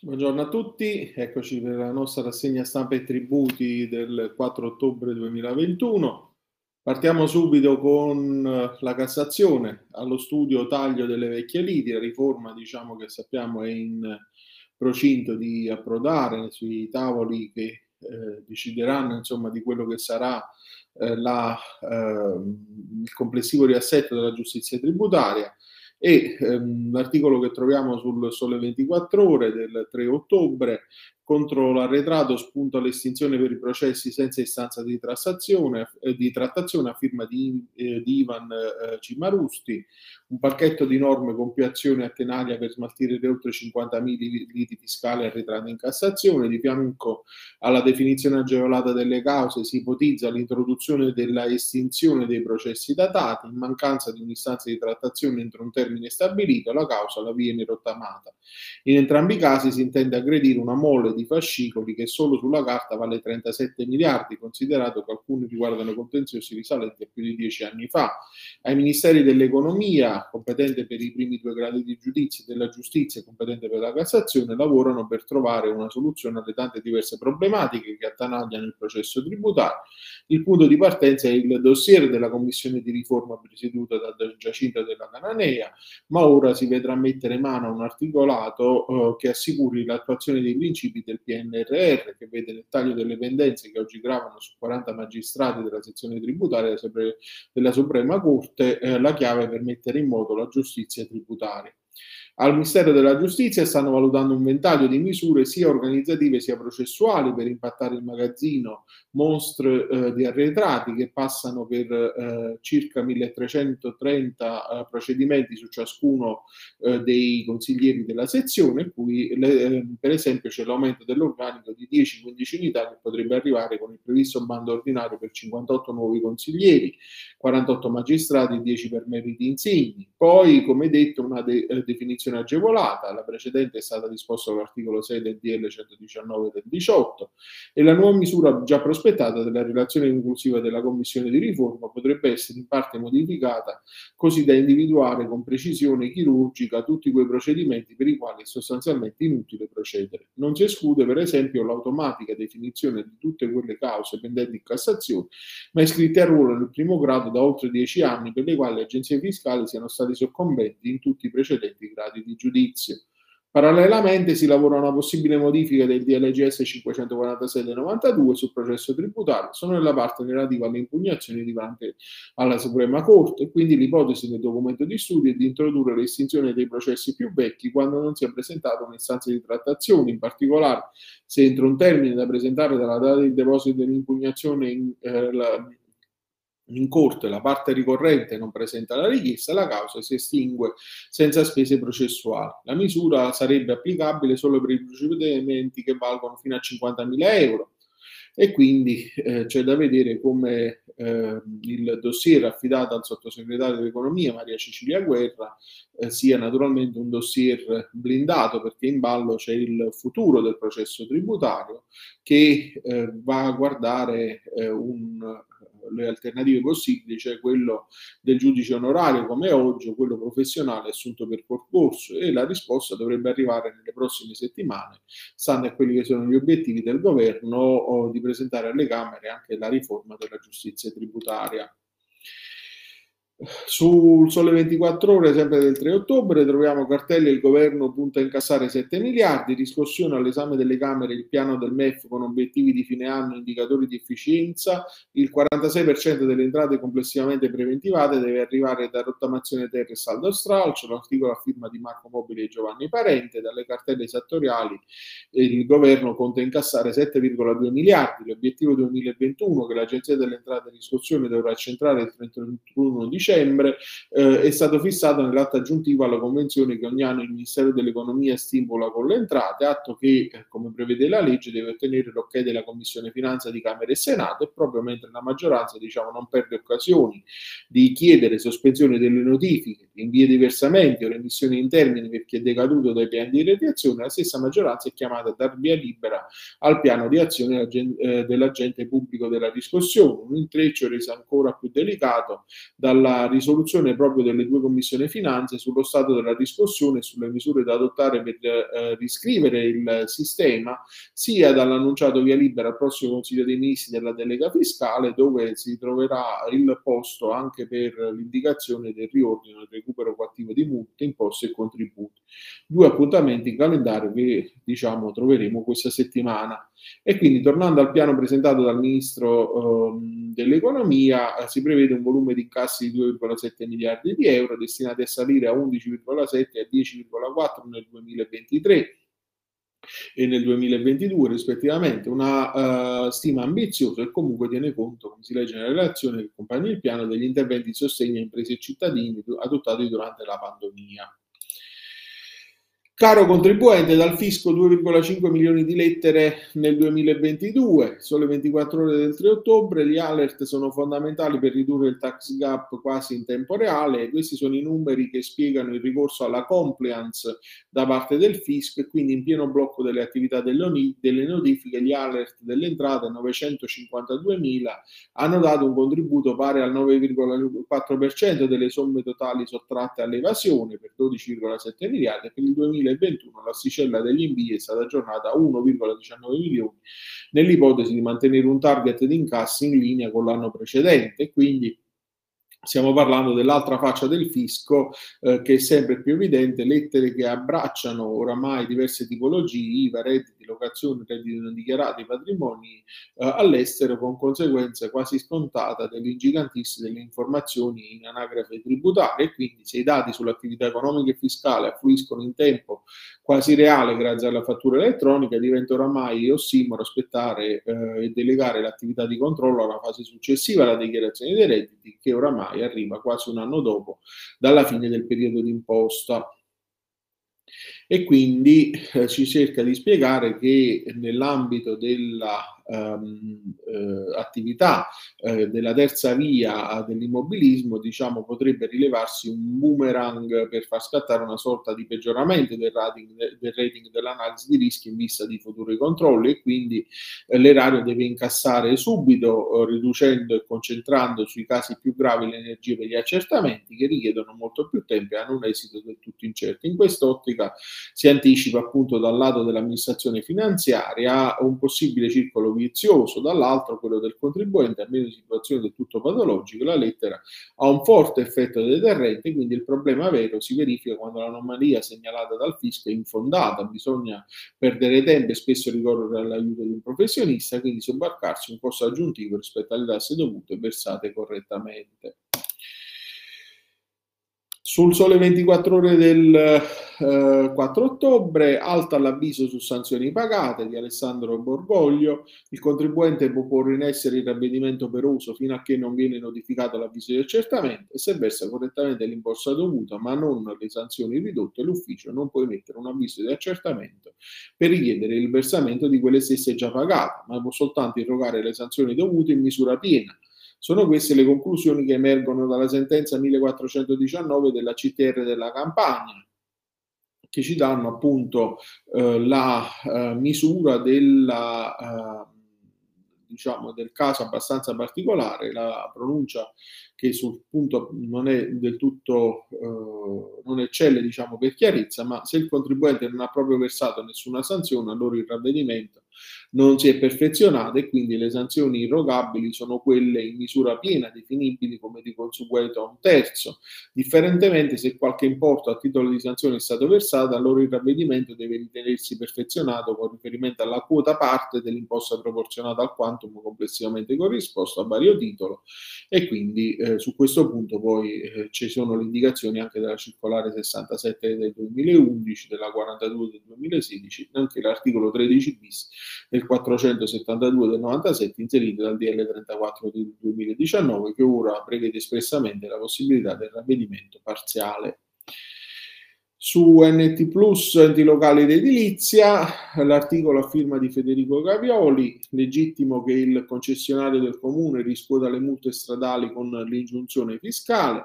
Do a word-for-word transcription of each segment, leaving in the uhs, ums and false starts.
Buongiorno a tutti, eccoci per la nostra rassegna stampa e tributi del quattro ottobre duemilaventuno. Partiamo subito con la Cassazione, allo studio taglio delle vecchie liti, la riforma diciamo che sappiamo è in procinto di approdare sui tavoli che eh, decideranno insomma di quello che sarà eh, la, eh, il complessivo riassetto della giustizia tributaria. E ehm, l'articolo che troviamo sul Sole ventiquattro Ore del tre ottobre: contro l'arretrato spunta l'estinzione per i processi senza istanza di trattazione, eh, di trattazione a firma di, eh, di Ivan eh, Cimarusti, un pacchetto di norme con più azioni a tenaglia per smaltire le oltre cinquantamila liti fiscali arretrate in Cassazione. Di fianco alla definizione agevolata delle cause si ipotizza l'introduzione della estinzione dei processi datati. In mancanza di un'istanza di trattazione entro un termine stabilito, la causa la viene rottamata. In entrambi i casi si intende aggredire una mole di fascicoli che solo sulla carta vale trentasette miliardi, considerato che alcuni riguardano contenziosi risalenti a più di dieci anni fa. Ai Ministeri dell'Economia, competente per i primi due gradi di giudizio, della giustizia e competente per la Cassazione, lavorano per trovare una soluzione alle tante diverse problematiche che attanagliano il processo tributario. Il punto di partenza è il dossier della Commissione di riforma presieduta da Giacinto Della Cananea, ma ora si vedrà mettere mano a un articolato eh, che assicuri l'attuazione dei principi del P N R R, che vede nel taglio delle pendenze che oggi gravano su quaranta magistrati della sezione tributaria della Suprema Corte eh, la chiave per mettere in moto la giustizia tributaria. Al Ministero della Giustizia stanno valutando un ventaglio di misure sia organizzative sia processuali per impattare il magazzino monstre eh, di arretrati, che passano per eh, circa milletrecentotrenta eh, procedimenti su ciascuno eh, dei consiglieri della sezione, in cui le, eh, per esempio c'è l'aumento dell'organico di dieci quindici unità che potrebbe arrivare con il previsto bando ordinario per cinquantotto nuovi consiglieri, quarantotto magistrati, dieci per meriti insigni. Poi, come detto, una de- eh, definizione agevolata. La precedente è stata disposta dall'articolo sei del D L centodiciannove del diciotto, e la nuova misura già prospettata della relazione conclusiva della Commissione di riforma potrebbe essere in parte modificata così da individuare con precisione chirurgica tutti quei procedimenti per i quali è sostanzialmente inutile procedere. Non si esclude per esempio l'automatica definizione di tutte quelle cause pendenti in Cassazione ma iscritte a ruolo nel primo grado da oltre dieci anni, per le quali le agenzie fiscali siano stati soccombenti in tutti i precedenti gradi di giudizio. Parallelamente si lavora a una possibile modifica del D L G S cinquecentoquarantasei del novantadue sul processo tributario, sono nella parte relativa alle impugnazioni davanti alla Suprema Corte, e quindi l'ipotesi del documento di studio è di introdurre l'estinzione dei processi più vecchi quando non sia presentata un'istanza di trattazione, in particolare se entro un termine da presentare dalla data di deposito dell'impugnazione in, eh, la, in corte la parte ricorrente non presenta la richiesta, la causa si estingue senza spese processuali. La misura sarebbe applicabile solo per i procedimenti che valgono fino a cinquantamila euro, e quindi eh, c'è da vedere come eh, il dossier affidato al sottosegretario dell'Economia Maria Cecilia Guerra eh, sia naturalmente un dossier blindato, perché in ballo c'è il futuro del processo tributario che eh, va a guardare eh, un le alternative possibili, cioè quello del giudice onorario come oggi o quello professionale assunto per concorso, e la risposta dovrebbe arrivare nelle prossime settimane, stando a quelli che sono gli obiettivi del governo o di presentare alle Camere anche la riforma della giustizia tributaria. Sul Sole ventiquattro Ore, sempre del tre ottobre, troviamo cartelli: il governo punta a incassare sette miliardi, riscossione all'esame delle Camere il piano del M E F con obiettivi di fine anno, indicatori di efficienza, il quarantasei per cento delle entrate complessivamente preventivate deve arrivare da rottamazione ter e saldo stralcio, l'articolo a firma di Marco Mobili e Giovanni Parente. Dalle cartelle esattoriali il governo conta incassare sette virgola due miliardi, l'obiettivo duemilaventuno che l'Agenzia delle Entrate e Riscossione dovrà centrare il trentuno dicembre eh, è stato fissato nell'atto aggiuntivo alla convenzione che ogni anno il Ministero dell'Economia stipula con le entrate, atto che, eh, come prevede la legge, deve ottenere l'ok della Commissione Finanza di Camera e Senato, e proprio mentre la maggioranza diciamo non perde occasioni di chiedere sospensione delle notifiche, rinvii di versamenti o remissioni in termini per chi è decaduto dai piani di retriazione, la stessa maggioranza è chiamata a dar via libera al piano di azione dell'agente pubblico della riscossione, un intreccio reso ancora più delicato dalla la risoluzione proprio delle due commissioni finanze sullo stato della riscossione e sulle misure da adottare per eh, riscrivere il sistema, sia dall'annunciato via libera al prossimo Consiglio dei Ministri della delega fiscale, dove si troverà il posto anche per l'indicazione del riordino e il recupero coattivo di multe, imposte e contributi. Due appuntamenti in calendario che, diciamo, troveremo questa settimana. E quindi, tornando al piano presentato dal Ministro eh, dell'Economia, eh, si prevede un volume di incassi di due virgola sette miliardi di euro, destinati a salire a undici virgola sette e a dieci virgola quattro nel duemilaventitré e nel duemilaventidue rispettivamente, una uh, stima ambiziosa e comunque tiene conto, come si legge nella relazione che accompagna il piano, degli interventi di sostegno a imprese e cittadini adottati durante la pandemia. Caro contribuente, dal fisco due virgola cinque milioni di lettere nel duemilaventidue, sole ventiquattro ore del tre ottobre, gli alert sono fondamentali per ridurre il tax gap quasi in tempo reale. Questi sono i numeri che spiegano il ricorso alla compliance da parte del fisco, e quindi in pieno blocco delle attività delle, delle notifiche gli alert delle entrate, novecentocinquantaduemila, hanno dato un contributo pari al nove virgola quattro per cento delle somme totali sottratte all'evasione, per dodici virgola sette miliardi, e per il duemilaventuno l'asticella degli invii è stata aggiornata a uno virgola diciannove milioni, nell'ipotesi di mantenere un target di incassi in linea con l'anno precedente. Quindi stiamo parlando dell'altra faccia del fisco, eh, che è sempre più evidente, lettere che abbracciano oramai diverse tipologie, I V A, redditi, locazioni, redditi non dichiarati, patrimoni eh, all'estero, con conseguenza quasi scontata dell'ingigantissi delle informazioni in anagrafe tributaria. E quindi, se i dati sull'attività economica e fiscale affluiscono in tempo quasi reale grazie alla fattura elettronica, diventa oramai ossimoro aspettare eh, e delegare l'attività di controllo alla fase successiva alla dichiarazione dei redditi, che oramai arriva quasi un anno dopo dalla fine del periodo d'imposta. E quindi eh, ci cerca di spiegare che nell'ambito della Um, eh, attività eh, della terza via dell'immobilismo, diciamo, potrebbe rilevarsi un boomerang per far scattare una sorta di peggioramento del rating, de, del rating dell'analisi di rischi in vista di futuri controlli, e quindi eh, l'erario deve incassare subito, eh, riducendo e concentrando sui casi più gravi le energie per gli accertamenti, che richiedono molto più tempo e hanno un esito del tutto incerto. In quest'ottica si anticipa appunto dal lato dell'amministrazione finanziaria un possibile circolo vizioso, dall'altro quello del contribuente, a meno di situazioni del tutto patologiche. La lettera ha un forte effetto deterrente, quindi il problema vero si verifica quando l'anomalia segnalata dal fisco è infondata, bisogna perdere tempo e spesso ricorrere all'aiuto di un professionista, quindi sobbarcarsi un costo aggiuntivo rispetto alle tasse dovute e versate correttamente. Sul Sole ventiquattro Ore del eh, quattro ottobre, alta l'avviso su sanzioni pagate di Alessandro Borgoglio. Il contribuente può porre in essere il ravvedimento operoso fino a che non viene notificato l'avviso di accertamento, e se versa correttamente l'imposta dovuta ma non le sanzioni ridotte, l'ufficio non può emettere un avviso di accertamento per richiedere il versamento di quelle stesse già pagate, ma può soltanto irrogare le sanzioni dovute in misura piena. Sono queste le conclusioni che emergono dalla sentenza millequattrocentodiciannove della C T R della Campania, che ci danno appunto eh, la eh, misura della, eh, diciamo, del caso abbastanza particolare. La pronuncia, che sul punto non è del tutto, eh, non eccelle, diciamo, per chiarezza, ma se il contribuente non ha proprio versato nessuna sanzione, allora il ravvedimento non si è perfezionato, e quindi le sanzioni irrogabili sono quelle in misura piena, definibili come di consueto a un terzo. Differentemente, se qualche importo a titolo di sanzione è stato versato, allora il ravvedimento deve ritenersi perfezionato con riferimento alla quota parte dell'imposta proporzionata al quantum complessivamente corrisposto a vario titolo, e quindi eh, su questo punto poi eh, ci sono le indicazioni anche della circolare sessantasette del duemilaundici, della quarantadue del duemilasedici, nonché l'articolo tredici bis del quattrocentosettantadue del novantasette, inserito dal D L trentaquattro del duemiladiciannove, che ora prevede espressamente la possibilità del ravvedimento parziale. Su N T Plus, enti locali ed edilizia, l'articolo a firma di Federico Gavioli: legittimo che il concessionario del comune riscuota le multe stradali con l'ingiunzione fiscale.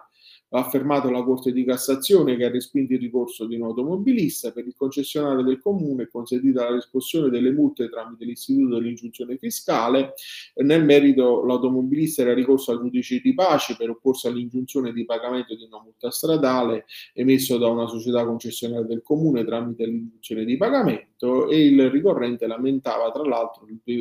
ha affermato la Corte di Cassazione, che ha respinto il ricorso di un automobilista. Per il concessionario del comune è consentita la riscossione delle multe tramite l'istituto dell'ingiunzione fiscale. Nel merito l'automobilista era ricorso al giudice di pace per opporsi all'ingiunzione di pagamento di una multa stradale emesso da una società concessionaria del comune tramite l'ingiunzione di pagamento, e il ricorrente lamentava tra l'altro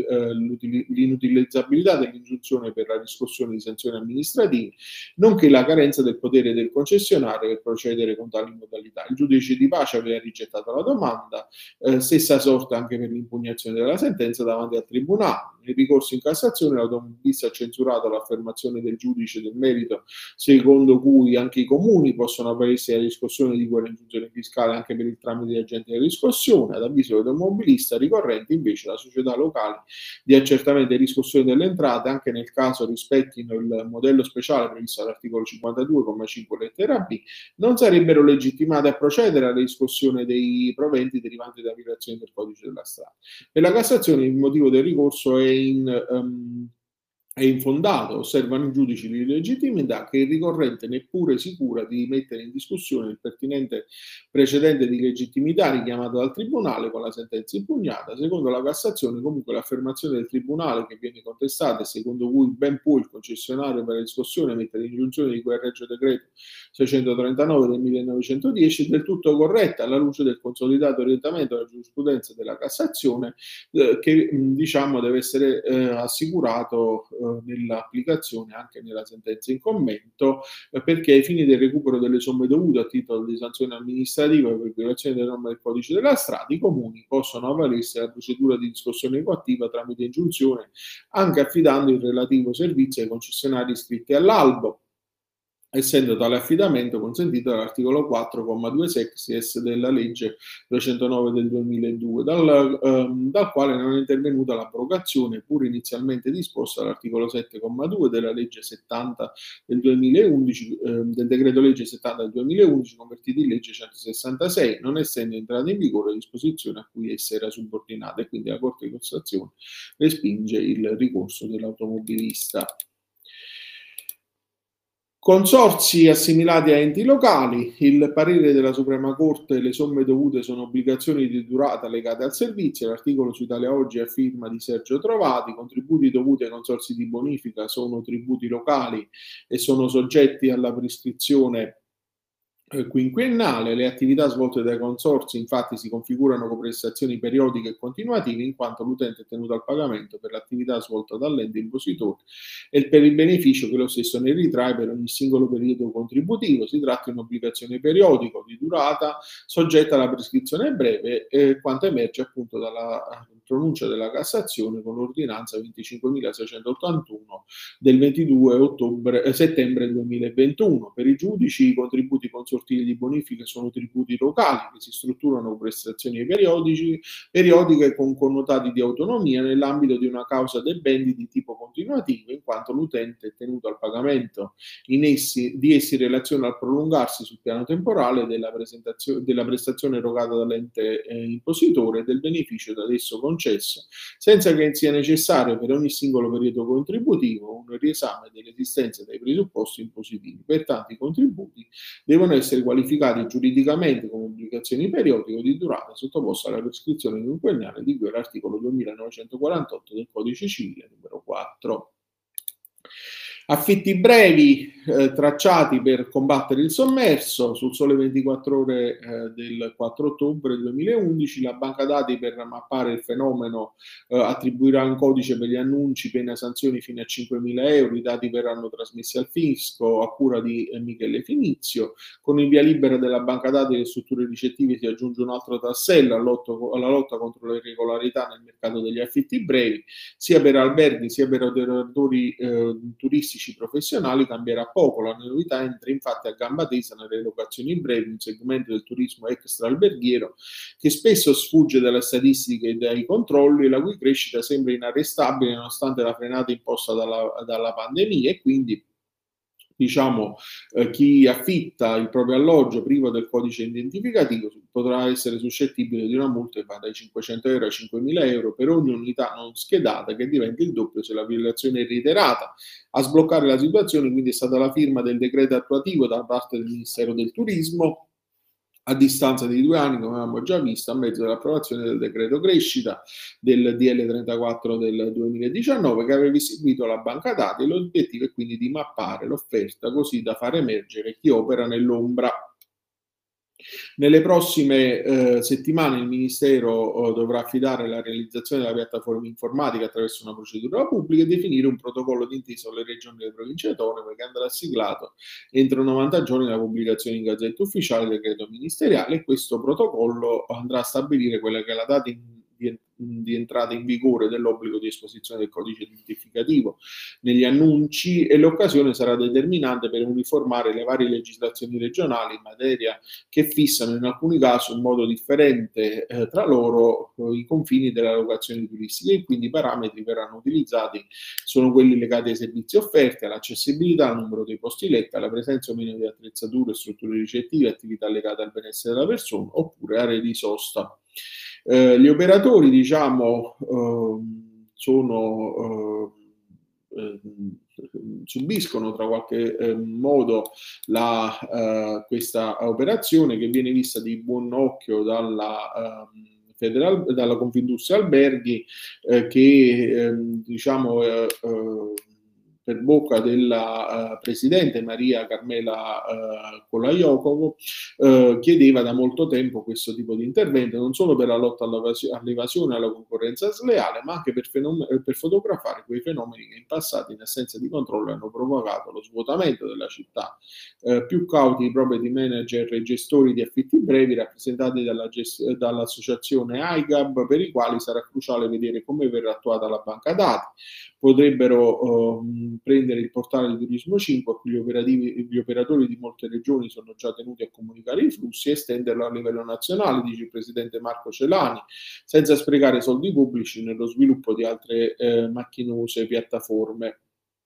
l'inutilizzabilità dell'ingiunzione per la riscossione di sanzioni amministrative, nonché la carenza del potere del concessionario per procedere con tali modalità. Il giudice di pace aveva rigettato la domanda, eh, stessa sorta anche per l'impugnazione della sentenza davanti al tribunale. Nel ricorso in Cassazione l'automobilista ha censurato l'affermazione del giudice del merito, secondo cui anche i comuni possono avvalersi della riscossione di quella ingiunzione fiscale anche per il tramite di agenti di riscossione. Ad avviso dell'automobilista ricorrente, invece, la società locali di accertamento e riscossione delle entrate, anche nel caso rispettino il modello speciale previsto dall'articolo cinquantadue comma cinque lettera B, non sarebbero legittimate a procedere alla riscossione dei proventi derivanti da violazioni del codice della strada. Per la Cassazione il motivo del ricorso è in um, è infondato, osservano i giudici di legittimità, che il ricorrente neppure si cura di mettere in discussione il pertinente precedente di legittimità richiamato dal Tribunale con la sentenza impugnata. Secondo la Cassazione, comunque, l'affermazione del Tribunale che viene contestata e secondo cui ben può il concessionario per la riscossione mettere in ingiunzione di quel Regio Decreto seicentotrentanove del millenovecentodieci è del tutto corretta alla luce del consolidato orientamento della giurisprudenza della Cassazione, eh, che mh, diciamo deve essere eh, assicurato eh, nell'applicazione anche nella sentenza in commento, eh, perché ai fini del recupero delle somme dovute a titolo di sanzione amministrativa per violazione delle norme del codice della strada, i comuni possono avvalersi della procedura di riscossione coattiva tramite ingiunzione, anche affidando il relativo servizio ai concessionari iscritti all'albo, essendo tale affidamento consentito dall'articolo quattro comma due sexies della legge duecentonove del duemiladue, dal, ehm, dal quale non è intervenuta l'abrogazione, pur inizialmente disposta dall'articolo sette comma due della legge settanta del duemilaundici, ehm, del decreto legge settanta del duemilaundici, convertito in legge centosessantasei, non essendo entrata in vigore disposizione a cui essa era subordinata, e quindi la Corte di Cassazione respinge il ricorso dell'automobilista. Consorzi assimilati a enti locali. Il parere della Suprema Corte: le somme dovute sono obbligazioni di durata legate al servizio. L'articolo su Italia Oggi è a firma di Sergio Trovati. I contributi dovuti ai consorzi di bonifica sono tributi locali e sono soggetti alla prescrizione quinquennale. Le attività svolte dai consorzi infatti si configurano come prestazioni periodiche e continuative, in quanto l'utente è tenuto al pagamento per l'attività svolta dall'ente impositore e per il beneficio che lo stesso ne ritrae per ogni singolo periodo contributivo. Si tratta di un'obbligazione periodica di durata soggetta alla prescrizione breve, eh, quanto emerge appunto dalla pronuncia della Cassazione con l'ordinanza venticinquemilaseicentottantuno del ventidue ottobre, eh, settembre duemilaventuno. Per i giudici i contributi consortili di bonifica sono tributi locali che si strutturano con prestazioni periodici, periodiche con connotati di autonomia nell'ambito di una causa dei beni di tipo continuativo, in quanto l'utente è tenuto al pagamento in essi, di essi in relazione al prolungarsi sul piano temporale della, della prestazione erogata dall'ente eh, impositore e del beneficio da esso concesso, senza che sia necessario per ogni singolo periodo contributivo un riesame dell'esistenza dei presupposti impositivi. Pertanto i contributi devono essere qualificati giuridicamente come obbligazioni periodiche o di durata sottoposte alla prescrizione quinquennale di cui all'articolo duemilanovecentoquarantotto del Codice Civile numero quattro. Affitti brevi eh, tracciati per combattere il sommerso. Sul Sole ventiquattro Ore eh, del quattro ottobre duemilaundici, la banca dati per mappare il fenomeno eh, attribuirà un codice per gli annunci, pena sanzioni fino a cinquemila euro. I dati verranno trasmessi al fisco a cura di eh, Michele Finizio. Con il via libera della banca dati delle strutture ricettive si aggiunge un altro tassello alla lotta contro le irregolarità nel mercato degli affitti brevi, sia per alberghi sia per operatori eh, turistici professionali. Cambierà poco. La novità entra infatti a gamba tesa nelle locazioni brevi, un segmento del turismo extra alberghiero che spesso sfugge dalle statistiche e dai controlli, la cui crescita sembra inarrestabile nonostante la frenata imposta dalla, dalla pandemia, e quindi diciamo, eh, chi affitta il proprio alloggio privo del codice identificativo potrà essere suscettibile di una multa che va dai cinquecento euro ai cinquemila euro per ogni unità non schedata, che diventa il doppio se la violazione è reiterata. A sbloccare la situazione quindi è stata la firma del decreto attuativo da parte del Ministero del Turismo, a distanza di due anni, come avevamo già visto, a mezzo dell'approvazione del decreto crescita del D L trentaquattro del duemiladiciannove, che aveva istituito la banca dati. L'obiettivo è quindi di mappare l'offerta così da far emergere chi opera nell'ombra. Nelle prossime eh, settimane il Ministero eh, dovrà affidare la realizzazione della piattaforma informatica attraverso una procedura pubblica e definire un protocollo d'intesa con le regioni e le province autonome che andrà siglato entro novanta giorni dalla pubblicazione in Gazzetta Ufficiale del decreto ministeriale, e questo protocollo andrà a stabilire quella che è la data in di, di entrata in vigore dell'obbligo di esposizione del codice identificativo negli annunci, e l'occasione sarà determinante per uniformare le varie legislazioni regionali in materia che fissano in alcuni casi in modo differente eh, tra loro eh, i confini della locazione turistica, e quindi i parametri verranno utilizzati sono quelli legati ai servizi offerti, all'accessibilità, al numero dei posti letti, alla presenza o meno di attrezzature, strutture ricettive, attività legate al benessere della persona oppure aree di sosta. Eh, gli operatori, diciamo, eh, sono, eh, eh, subiscono tra qualche eh, modo la, eh, questa operazione, che viene vista di buon occhio dalla, eh, Federal, dalla Confindustria Alberghi, eh, che ehm, diciamo eh, eh, per bocca della uh, Presidente Maria Carmela uh, Colaiocco uh, chiedeva da molto tempo questo tipo di intervento, non solo per la lotta all'evasione e alla concorrenza sleale, ma anche per, per fotografare quei fenomeni che in passato, in assenza di controllo, hanno provocato lo svuotamento della città. Uh, più cauti i property manager e gestori di affitti brevi, rappresentati dalla gest- dall'associazione A I G A B, per i quali sarà cruciale vedere come verrà attuata la banca dati. Potrebbero uh, prendere il portale di Turismo cinque, a cui gli, operativi, gli operatori di molte regioni sono già tenuti a comunicare i flussi, e estenderlo a livello nazionale, dice il presidente Marco Celani, senza sprecare soldi pubblici nello sviluppo di altre eh, macchinose piattaforme.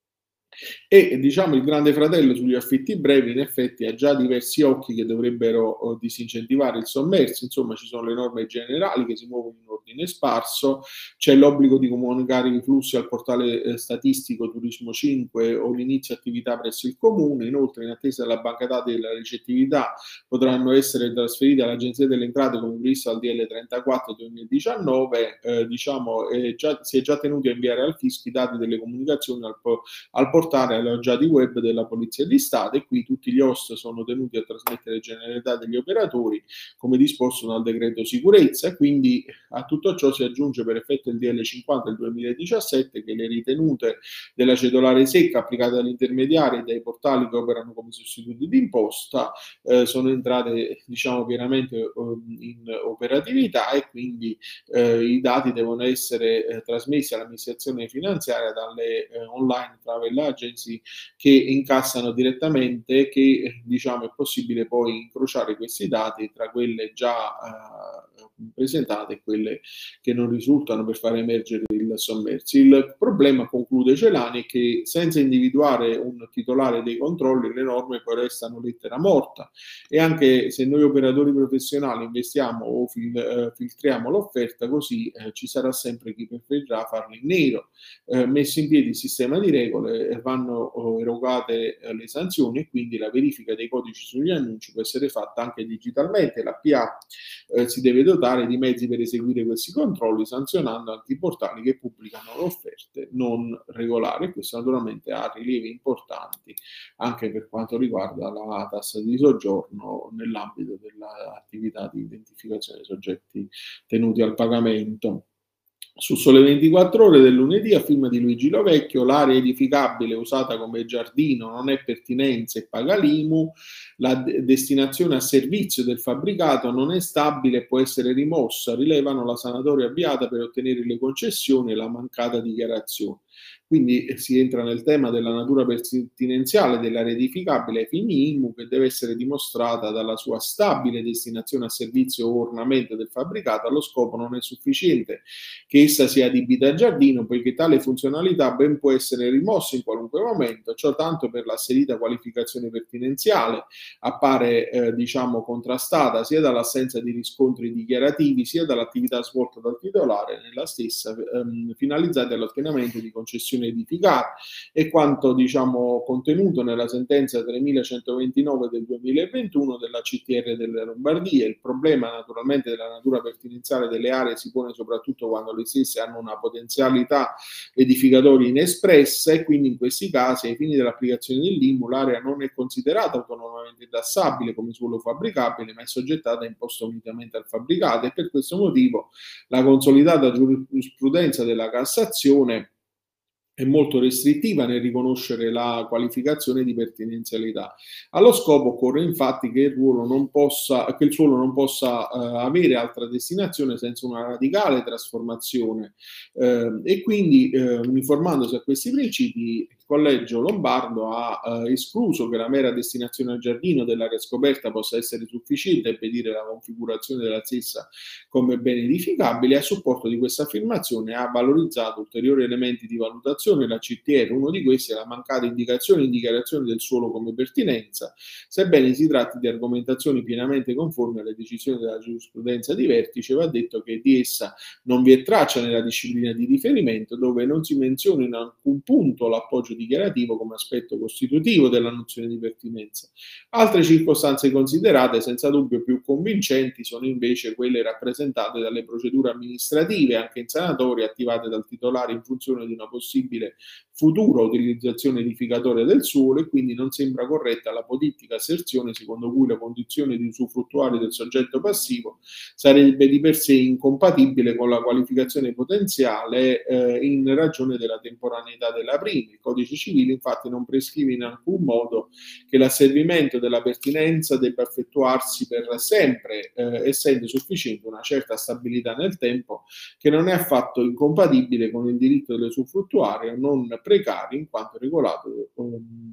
E diciamo il Grande Fratello sugli affitti brevi in effetti ha già diversi occhi che dovrebbero oh, disincentivare il sommerso. Insomma, ci sono le norme generali che si muovono in ordine sparso, c'è l'obbligo di comunicare i flussi al portale eh, statistico Turismo cinque o l'inizio attività presso il comune. Inoltre, in attesa della banca dati della ricettività, potranno essere trasferite all'Agenzia delle Entrate come previsto dal D L trentaquattro duemiladiciannove. Eh, diciamo, eh, già, si è già tenuti a inviare al fisco i dati delle comunicazioni al, al portale alloggiati web della Polizia di Stato, e qui tutti gli host sono tenuti a trasmettere le generalità degli operatori come disposto dal decreto sicurezza. E quindi a tutto ciò si aggiunge, per effetto del D L cinquanta del duemiladiciassette, che le ritenute della cedolare secca applicate agli intermediari e dai portali che operano come sostituti d'imposta eh, sono entrate, diciamo, pienamente eh, in operatività, e quindi eh, i dati devono essere eh, trasmessi all'amministrazione finanziaria dalle eh, online travel agency, che incassano direttamente, che diciamo è possibile poi incrociare questi dati tra quelle già eh, presentate e quelle che non risultano, per far emergere il sommerso. Il problema, conclude Celani, è che senza individuare un titolare dei controlli le norme poi restano lettera morta, e anche se noi operatori professionali investiamo o fil- eh, filtriamo l'offerta così, eh, ci sarà sempre chi preferirà farlo in nero. Eh, messo in piedi il sistema di regole, eh, vanno oh, erogate eh, le sanzioni, e quindi la verifica dei codici sugli annunci può essere fatta anche digitalmente. La P A eh, si deve dotare di mezzi per eseguire questi controlli, sanzionando anche i portali che pubblicano le offerte non regolari, e questo naturalmente ha rilievi importanti anche per quanto riguarda la tassa di soggiorno nell'ambito dell'attività di identificazione dei soggetti tenuti al pagamento. Su Sole ventiquattro Ore del lunedì, a firma di Luigi Lovecchio, l'area edificabile usata come giardino non è pertinenza e paga l'I M U, la de- destinazione a servizio del fabbricato non è stabile e può essere rimossa, rilevano la sanatoria avviata per ottenere le concessioni e la mancata dichiarazione. Quindi eh, si entra nel tema della natura pertinenziale dell'area edificabile ai fini I M U, che deve essere dimostrata dalla sua stabile destinazione a servizio o ornamento del fabbricato. Allo scopo non è sufficiente che essa sia adibita a giardino, poiché tale funzionalità ben può essere rimossa in qualunque momento. Ciò tanto per l'asserita qualificazione pertinenziale appare eh, diciamo contrastata sia dall'assenza di riscontri dichiarativi sia dall'attività svolta dal titolare nella stessa, ehm, finalizzati all'ottenimento di concessioni edificate, e quanto diciamo contenuto nella sentenza tremilacentoventinove del duemilaventuno della C T R della Lombardia. Il problema naturalmente della natura pertinenziale delle aree si pone soprattutto quando le stesse hanno una potenzialità edificatoria inespressa, e quindi in questi casi ai fini dell'applicazione dell'I M U l'area non è considerata autonomamente tassabile come suolo fabbricabile, ma è soggettata a imposta unitamente al fabbricato, e per questo motivo la consolidata giurisprudenza della Cassazione è molto restrittiva nel riconoscere la qualificazione di pertinenzialità. Allo scopo occorre infatti che il, ruolo non possa, che il suolo non possa eh, avere altra destinazione senza una radicale trasformazione, eh, e quindi eh, uniformandosi a questi principi il Collegio Lombardo ha eh, escluso che la mera destinazione al giardino dell'area scoperta possa essere sufficiente a impedire la configurazione della stessa come bene edificabile. A supporto di questa affermazione ha valorizzato ulteriori elementi di valutazione la C T R. Uno di questi è la mancata indicazione in dichiarazione del suolo come pertinenza, sebbene si tratti di argomentazioni pienamente conformi alle decisioni della giurisprudenza di vertice. Va detto che di essa non vi è traccia nella disciplina di riferimento, dove non si menziona in alcun punto l'appoggio dichiarativo come aspetto costitutivo della nozione di pertinenza. Altre circostanze considerate senza dubbio più convincenti sono invece quelle rappresentate dalle procedure amministrative, anche in sanatoria, attivate dal titolare in funzione di una possibile futura utilizzazione edificatoria del suolo, e quindi non sembra corretta la politica asserzione secondo cui la condizione di usufruttuario del soggetto passivo sarebbe di per sé incompatibile con la qualificazione potenziale eh, in ragione della temporaneità della prima. Il Codice Civile infatti non prescrive in alcun modo che l'asservimento della pertinenza debba effettuarsi per sempre, eh, essendo sufficiente una certa stabilità nel tempo, che non è affatto incompatibile con il diritto dell'usufruttuario non precario, in quanto regolato um,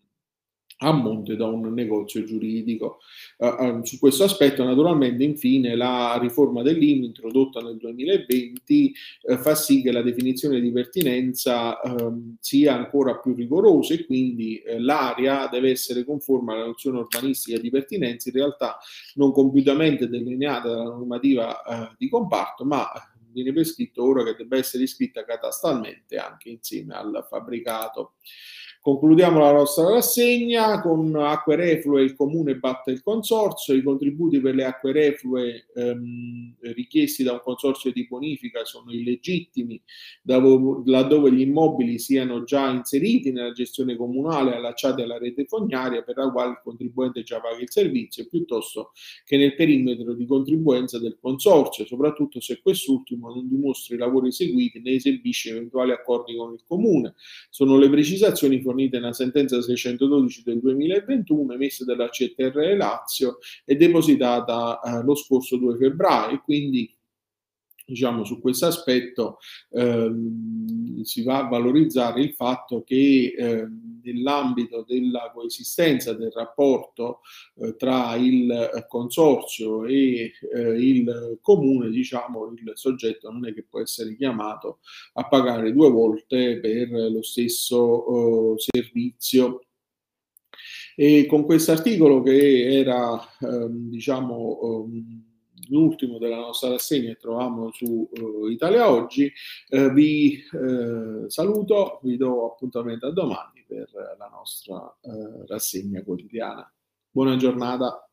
a monte da un negozio giuridico. Uh, uh, su questo aspetto, naturalmente, infine, la riforma dell'I M U introdotta nel duemilaventi uh, fa sì che la definizione di pertinenza um, sia ancora più rigorosa, e quindi uh, l'area deve essere conforme alla nozione urbanistica di pertinenza, in realtà non compiutamente delineata dalla normativa uh, di comparto, ma viene prescritto ora che debba essere iscritta catastalmente anche insieme al fabbricato. Concludiamo la nostra rassegna con acque reflue. Il comune batte il consorzio. I contributi per le acque reflue ehm, richiesti da un consorzio di bonifica sono illegittimi laddove gli immobili siano già inseriti nella gestione comunale allacciati alla rete fognaria, per la quale il contribuente già paga il servizio, piuttosto che nel perimetro di contribuenza del consorzio, soprattutto se quest'ultimo non dimostra i lavori eseguiti né esibisce eventuali accordi con il comune. Sono le precisazioni fornite nella sentenza seicentododici del duemilaventuno emessa dalla C T R Lazio e depositata eh, lo scorso due febbraio. Quindi, diciamo, su questo aspetto ehm, si va a valorizzare il fatto che eh, nell'ambito della coesistenza del rapporto eh, tra il eh, consorzio e eh, il comune, diciamo, il soggetto non è che può essere chiamato a pagare due volte per lo stesso eh, servizio. E con questo articolo, che era ehm, diciamo um, l'ultimo della nostra rassegna che troviamo su uh, Italia Oggi, eh, vi eh, saluto, vi do appuntamento a domani per la nostra eh, rassegna quotidiana. Buona giornata.